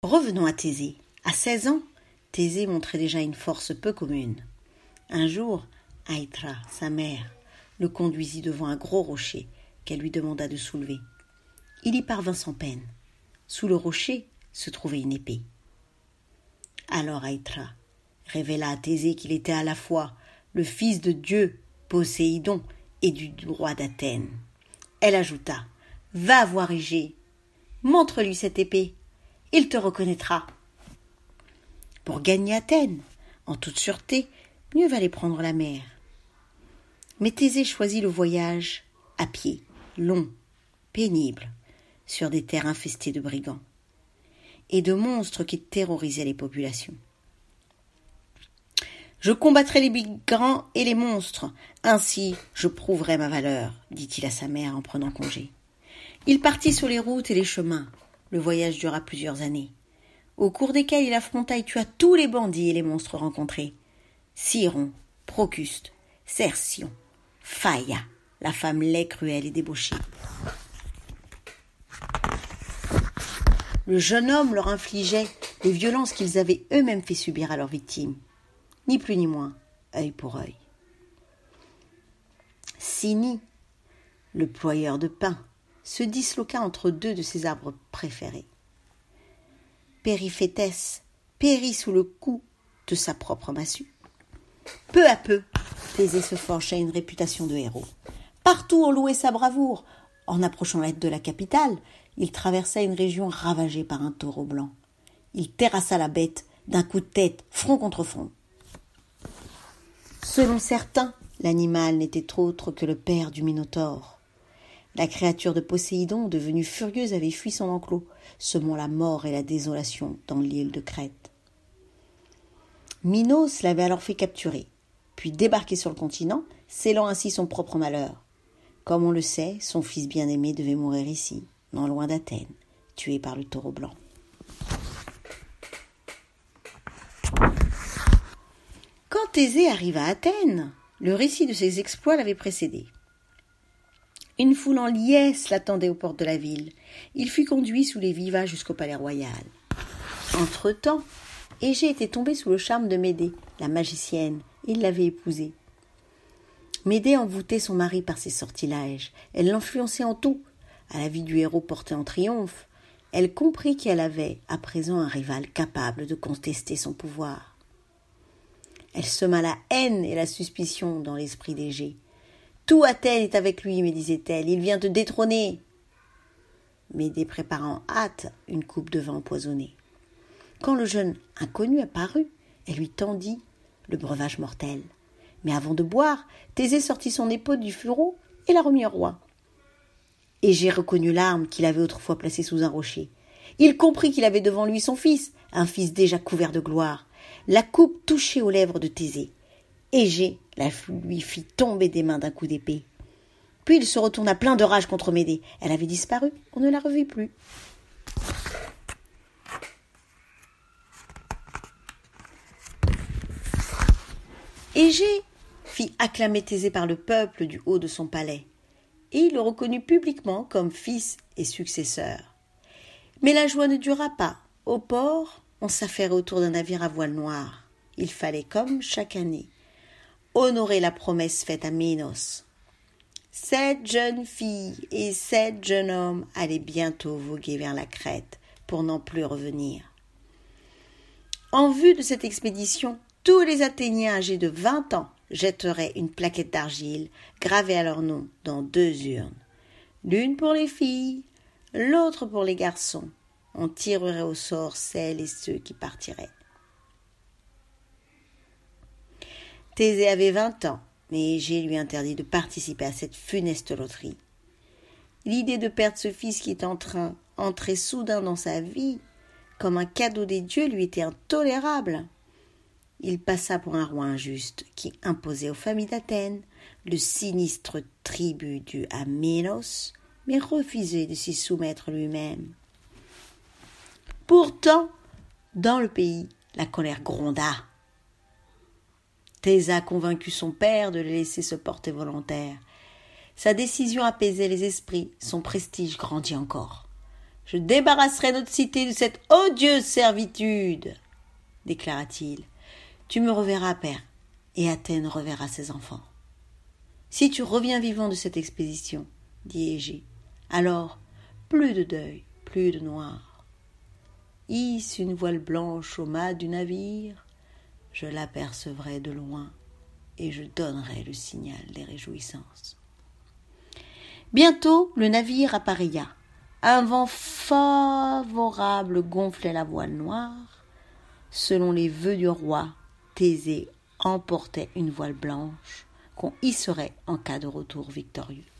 Revenons à Thésée. À 16 ans, Thésée montrait déjà une force peu commune. Un jour, Aïtra, sa mère, le conduisit devant un gros rocher qu'elle lui demanda de soulever. Il y parvint sans peine. Sous le rocher se trouvait une épée. Alors Aïtra révéla à Thésée qu'il était à la fois le fils de Dieu, Poséidon, et du roi d'Athènes. Elle ajouta « Va voir Égée, montre-lui cette épée, il te reconnaîtra. » Pour gagner Athènes, en toute sûreté, mieux valait prendre la mer. Mais Thésée choisit le voyage à pied, long, pénible, sur des terres infestées de brigands et de monstres qui terrorisaient les populations. « Je combattrai les brigands et les monstres, ainsi je prouverai ma valeur, dit-il à sa mère en prenant congé. Il partit sur les routes et les chemins. Le voyage dura plusieurs années, au cours desquels il affronta et tua tous les bandits et les monstres rencontrés. Sciron, Procuste, Cercion, Phaïa, la femme laide, cruelle et débauchée. Le jeune homme leur infligeait les violences qu'ils avaient eux-mêmes fait subir à leurs victimes. Ni plus ni moins, œil pour œil. Cynie, le ployeur de pain, se disloqua entre deux de ses arbres préférés. Périphétès périt sous le coup de sa propre massue. Peu à peu, Thésée se forgea une réputation de héros. Partout on louait sa bravoure. En approchant de la capitale, il traversa une région ravagée par un taureau blanc. Il terrassa la bête d'un coup de tête, front contre front. Selon certains, l'animal n'était autre que le père du Minotaure. La créature de Poséidon, devenue furieuse, avait fui son enclos, semant la mort et la désolation dans l'île de Crète. Minos l'avait alors fait capturer, puis débarquer sur le continent, scellant ainsi son propre malheur. Comme on le sait, son fils bien-aimé devait mourir ici, non loin d'Athènes, tué par le taureau blanc. Quand Thésée arriva à Athènes, le récit de ses exploits l'avait précédé. Une foule en liesse l'attendait aux portes de la ville. Il fut conduit sous les vivas jusqu'au palais royal. Entre-temps, Égée était tombée sous le charme de Médée, la magicienne, et il l'avait épousée. Médée envoûtait son mari par ses sortilèges. Elle l'influençait en tout. À la vue du héros porté en triomphe, elle comprit qu'elle avait à présent un rival capable de contester son pouvoir. Elle sema la haine et la suspicion dans l'esprit d'Égée. « Tout Athènes est avec lui, me disait-elle, il vient te détrôner. » Médée prépara en hâte une coupe de vin empoisonné. Quand le jeune inconnu apparut, elle lui tendit le breuvage mortel. Mais avant de boire, Thésée sortit son épée du fourreau et la remit au roi. Égée reconnut l'arme qu'il avait autrefois placée sous un rocher. Il comprit qu'il avait devant lui son fils, un fils déjà couvert de gloire. La coupe touchait aux lèvres de Thésée. Égée la lui fit tomber des mains d'un coup d'épée. Puis il se retourna plein de rage contre Médée. Elle avait disparu, on ne la revit plus. Égée fit acclamer Thésée par le peuple du haut de son palais, et il le reconnut publiquement comme fils et successeur. Mais la joie ne dura pas. Au port, on s'affairait autour d'un navire à voile noir. Il fallait, comme chaque année, honorer la promesse faite à Minos. 7 jeunes filles et 7 jeunes hommes allaient bientôt voguer vers la Crète pour n'en plus revenir. En vue de cette expédition, tous les Athéniens âgés de 20 ans jetteraient une plaquette d'argile gravée à leur nom dans 2 urnes. L'une pour les filles, l'autre pour les garçons. On tirerait au sort celles et ceux qui partiraient. Thésée avait 20 ans, mais Égée lui interdit de participer à cette funeste loterie. L'idée de perdre ce fils qui était entré soudain dans sa vie, comme un cadeau des dieux, lui était intolérable. Il passa pour un roi injuste qui imposait aux familles d'Athènes le sinistre tribut dû à Minos, mais refusait de s'y soumettre lui-même. Pourtant, dans le pays, la colère gronda. Thésée convaincut son père de le laisser se porter volontaire. Sa décision apaisait les esprits, son prestige grandit encore. Je débarrasserai notre cité de cette odieuse servitude, déclara-t-il. Tu me reverras, père, et Athènes reverra ses enfants. Si tu reviens vivant de cette expédition, dit Égée, alors plus de deuil, plus de noir. Hisse une voile blanche au mât du navire, je l'apercevrai de loin et je donnerai le signal des réjouissances. Bientôt le navire appareilla. Un vent favorable gonflait la voile noire. Selon les vœux du roi, Thésée emportait une voile blanche qu'on hisserait en cas de retour victorieux.